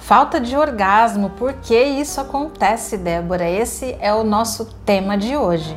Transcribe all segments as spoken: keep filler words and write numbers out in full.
Falta de orgasmo, por que isso acontece, Débora? Esse é o nosso tema de hoje.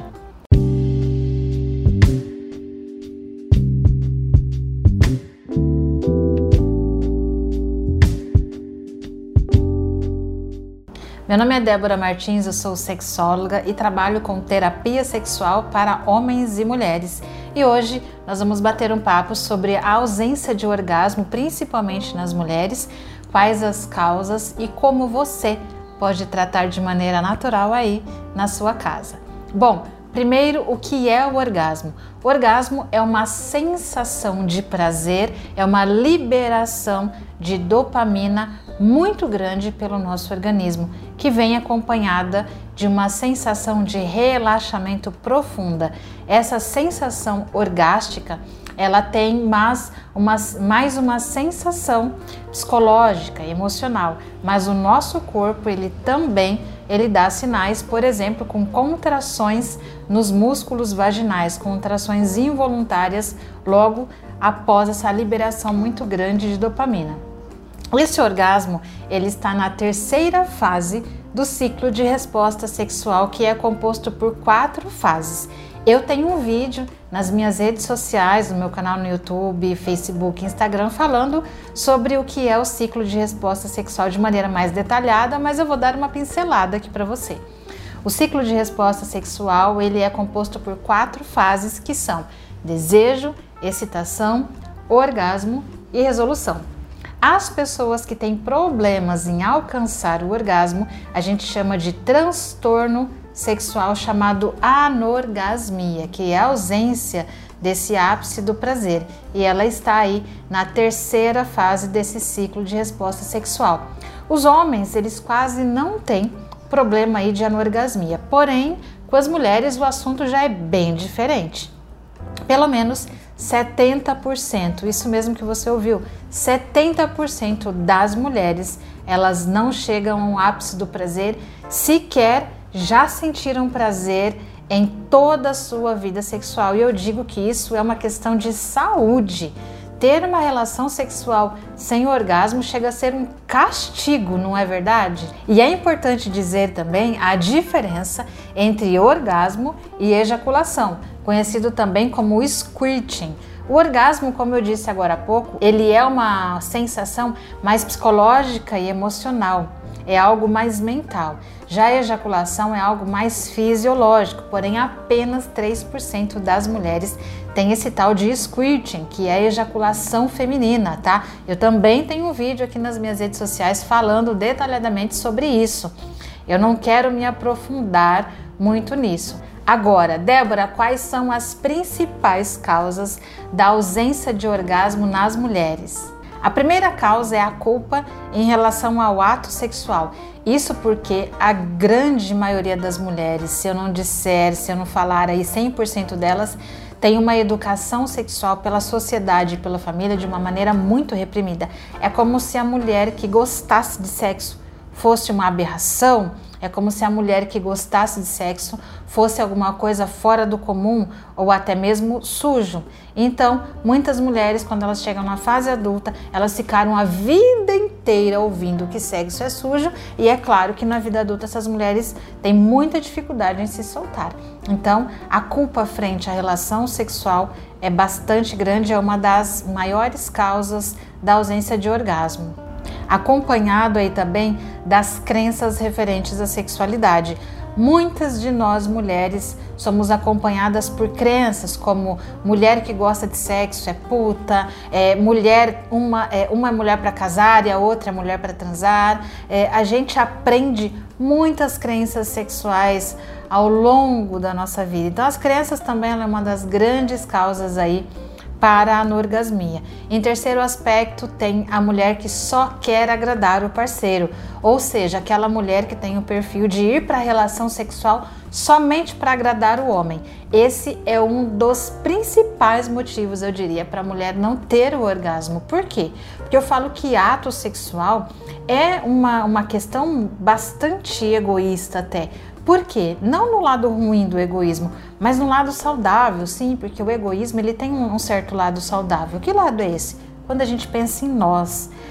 Meu nome é Débora Martins, eu sou sexóloga e trabalho com terapia sexual para homens e mulheres. E hoje nós vamos bater um papo sobre a ausência de orgasmo, principalmente nas mulheres, quais as causas e como você pode tratar de maneira natural aí na sua casa. Bom, primeiro, o que é o orgasmo? O orgasmo é uma sensação de prazer, é uma liberação de dopamina muito grande pelo nosso organismo, que vem acompanhada de uma sensação de relaxamento profunda. Essa sensação orgástica, ela tem mais uma, mais uma sensação psicológica, emocional, mas o nosso corpo, ele também ele dá sinais, por exemplo, com contrações nos músculos vaginais, contrações involuntárias logo após essa liberação muito grande de dopamina. Esse orgasmo, ele está na terceira fase do ciclo de resposta sexual, que é composto por quatro fases. Eu tenho um vídeo nas minhas redes sociais, no meu canal no YouTube, Facebook, Instagram, falando sobre o que é o ciclo de resposta sexual de maneira mais detalhada, mas eu vou dar uma pincelada aqui para você. O ciclo de resposta sexual, ele é composto por quatro fases, que são desejo, excitação, orgasmo e resolução. As pessoas que têm problemas em alcançar o orgasmo, a gente chama de transtorno sexual chamado anorgasmia, que é a ausência desse ápice do prazer, e ela está aí na terceira fase desse ciclo de resposta sexual. Os homens, eles quase não têm problema aí de anorgasmia, porém, com as mulheres o assunto já é bem diferente. Pelo menos setenta por cento, isso mesmo que você ouviu, setenta por cento das mulheres, elas não chegam ao ápice do prazer, sequer já sentiram prazer em toda a sua vida sexual. E eu digo que isso é uma questão de saúde. Ter uma relação sexual sem orgasmo chega a ser um castigo, não é verdade? E é importante dizer também a diferença entre orgasmo e ejaculação, conhecido também como squirting. O orgasmo, como eu disse agora há pouco, ele é uma sensação mais psicológica e emocional, é algo mais mental. Já a ejaculação é algo mais fisiológico, porém apenas três por cento das mulheres tem esse tal de squirting, que é a ejaculação feminina, tá? Eu também tenho um vídeo aqui nas minhas redes sociais falando detalhadamente sobre isso. Eu não quero me aprofundar muito nisso. Agora, Débora, quais são as principais causas da ausência de orgasmo nas mulheres? A primeira causa é a culpa em relação ao ato sexual. Isso porque a grande maioria das mulheres, se eu não disser, se eu não falar aí cem por cento delas, tem uma educação sexual pela sociedade e pela família de uma maneira muito reprimida. É como se a mulher que gostasse de sexo fosse uma aberração, é como se a mulher que gostasse de sexo fosse alguma coisa fora do comum ou até mesmo sujo. Então, muitas mulheres, quando elas chegam na fase adulta, elas ficaram a vida inteira ouvindo que sexo é sujo, e é claro que na vida adulta essas mulheres têm muita dificuldade em se soltar. Então, a culpa frente à relação sexual é bastante grande, é uma das maiores causas da ausência de orgasmo. Acompanhado aí também das crenças referentes à sexualidade. Muitas de nós mulheres somos acompanhadas por crenças como mulher que gosta de sexo é puta, é, mulher, uma, é, uma é mulher para casar e a outra é mulher para transar. É, a gente aprende muitas crenças sexuais ao longo da nossa vida. Então as crenças também ela é uma das grandes causas aí para a anorgasmia. Em terceiro aspecto, tem a mulher que só quer agradar o parceiro, ou seja, aquela mulher que tem o perfil de ir para a relação sexual somente para agradar o homem. Esse é um dos principais motivos, eu diria, para a mulher não ter o orgasmo. Por quê? Porque eu falo que ato sexual é uma, uma questão bastante egoísta até. Por quê? Não no lado ruim do egoísmo, mas no lado saudável, sim, porque o egoísmo ele tem um certo lado saudável. Que lado é esse? Quando a gente pensa em nós.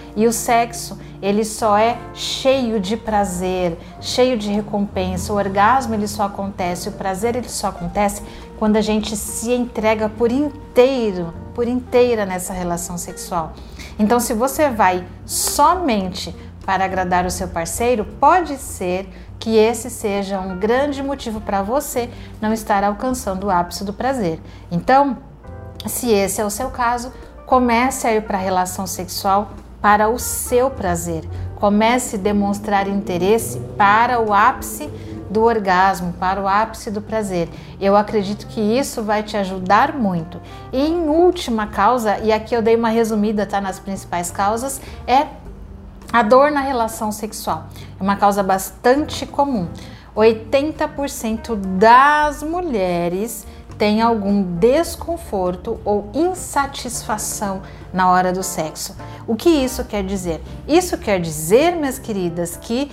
E o sexo, ele só é cheio de prazer, cheio de recompensa. O orgasmo, ele só acontece, o prazer, ele só acontece quando a gente se entrega por inteiro, por inteira nessa relação sexual. Então, se você vai somente para agradar o seu parceiro, pode ser que esse seja um grande motivo para você não estar alcançando o ápice do prazer. Então, se esse é o seu caso, comece a ir para a relação sexual para o seu prazer. Comece a demonstrar interesse para o ápice do orgasmo, para o ápice do prazer. Eu acredito que isso vai te ajudar muito. E em última causa, e aqui eu dei uma resumida, tá, nas principais causas, é a dor na relação sexual. É uma causa bastante comum. oitenta por cento das mulheres têm algum desconforto ou insatisfação na hora do sexo. O que isso quer dizer? Isso quer dizer, minhas queridas, que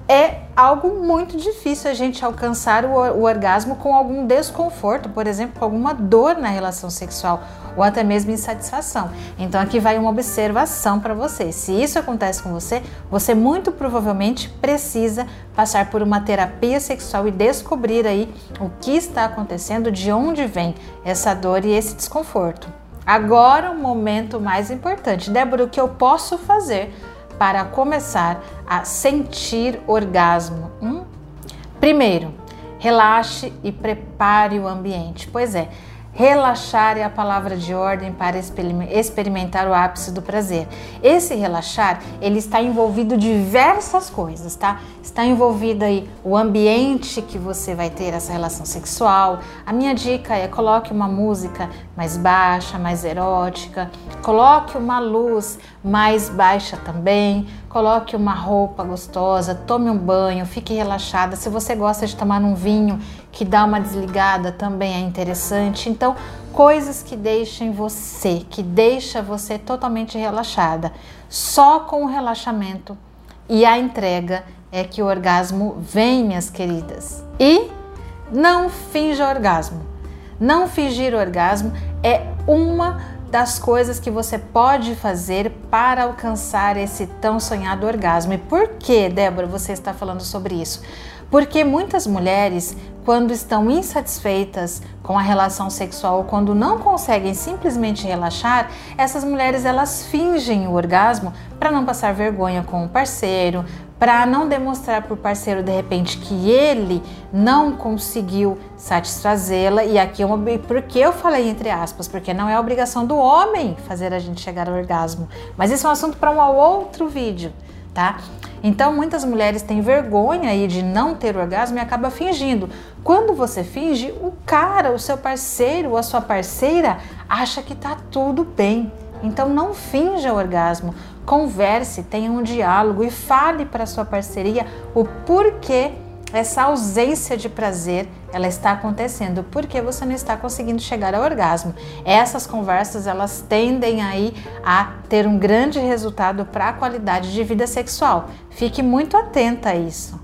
é algo muito difícil a gente alcançar o, o orgasmo com algum desconforto, por exemplo, com alguma dor na relação sexual ou até mesmo insatisfação. Então aqui vai uma observação para você. Se isso acontece com você, você muito provavelmente precisa passar por uma terapia sexual e descobrir aí o que está acontecendo, de onde vem essa dor e esse desconforto. Agora, o momento mais importante. Débora, o que eu posso fazer para começar a sentir orgasmo? Hum? Primeiro, relaxe e prepare o ambiente. Pois é, relaxar é a palavra de ordem para experimentar o ápice do prazer. Esse relaxar, ele está envolvido diversas coisas, tá? Está envolvido aí o ambiente que você vai ter essa relação sexual. A minha dica é: coloque uma música mais baixa, mais erótica, coloque uma luz mais baixa também, coloque uma roupa gostosa, tome um banho, fique relaxada. Se você gosta de tomar um vinho que dá uma desligada, também é interessante. Então, coisas que deixem você, que deixa você totalmente relaxada. Só com o relaxamento e a entrega é que o orgasmo vem, minhas queridas. E não finja orgasmo. Não fingir orgasmo é uma das coisas que você pode fazer para alcançar esse tão sonhado orgasmo. E por que, Débora, você está falando sobre isso? Porque muitas mulheres, quando estão insatisfeitas com a relação sexual, ou quando não conseguem simplesmente relaxar, essas mulheres elas fingem o orgasmo para não passar vergonha com o parceiro, para não demonstrar para o parceiro de repente que ele não conseguiu satisfazê-la. E aqui eu, porque eu falei entre aspas, porque não é a obrigação do homem fazer a gente chegar ao orgasmo, mas isso é um assunto para um outro vídeo, tá? Então muitas mulheres têm vergonha aí de não ter orgasmo e acaba fingindo. Quando você finge, o cara, o seu parceiro ou a sua parceira acha que tá tudo bem. Então não finja o orgasmo, converse, tenha um diálogo e fale para a sua parceria o porquê essa ausência de prazer ela está acontecendo, porque você não está conseguindo chegar ao orgasmo. Essas conversas elas tendem aí a ter um grande resultado para a qualidade de vida sexual. Fique muito atenta a isso.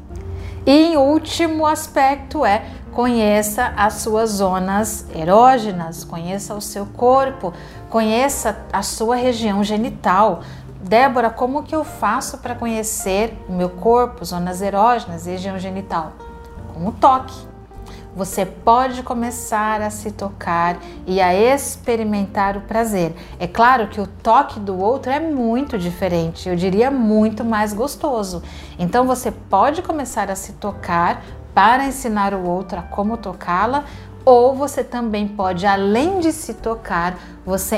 E em último aspecto é: conheça as suas zonas erógenas, conheça o seu corpo, conheça a sua região genital. Débora, como que eu faço para conhecer o meu corpo, zonas erógenas, região genital? Com o toque. Você pode começar a se tocar e a experimentar o prazer. É claro que o toque do outro é muito diferente, eu diria muito mais gostoso. Então você pode começar a se tocar para ensinar o outro a como tocá-la, ou você também pode, além de se tocar, você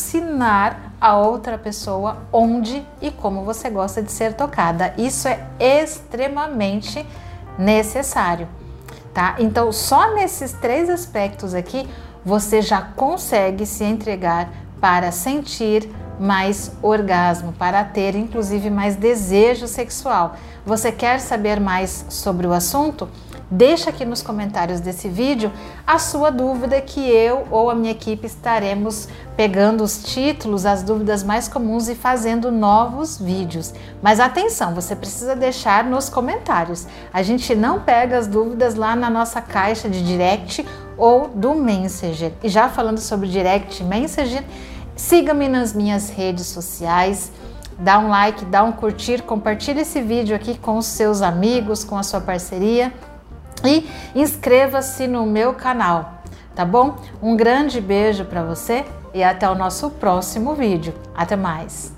ensinar a outra pessoa onde e como você gosta de ser tocada. Isso é extremamente necessário, tá? Então, só nesses três aspectos aqui, você já consegue se entregar para sentir mais orgasmo, para ter inclusive mais desejo sexual. Você quer saber mais sobre o assunto? Deixa aqui nos comentários desse vídeo a sua dúvida, que eu ou a minha equipe estaremos pegando os títulos, as dúvidas mais comuns e fazendo novos vídeos. Mas atenção, você precisa deixar nos comentários. A gente não pega as dúvidas lá na nossa caixa de direct ou do Messenger. E já falando sobre direct e Messenger, siga-me nas minhas redes sociais, dá um like, dá um curtir, compartilha esse vídeo aqui com os seus amigos, com a sua parceria e inscreva-se no meu canal, tá bom? Um grande beijo para você e até o nosso próximo vídeo. Até mais!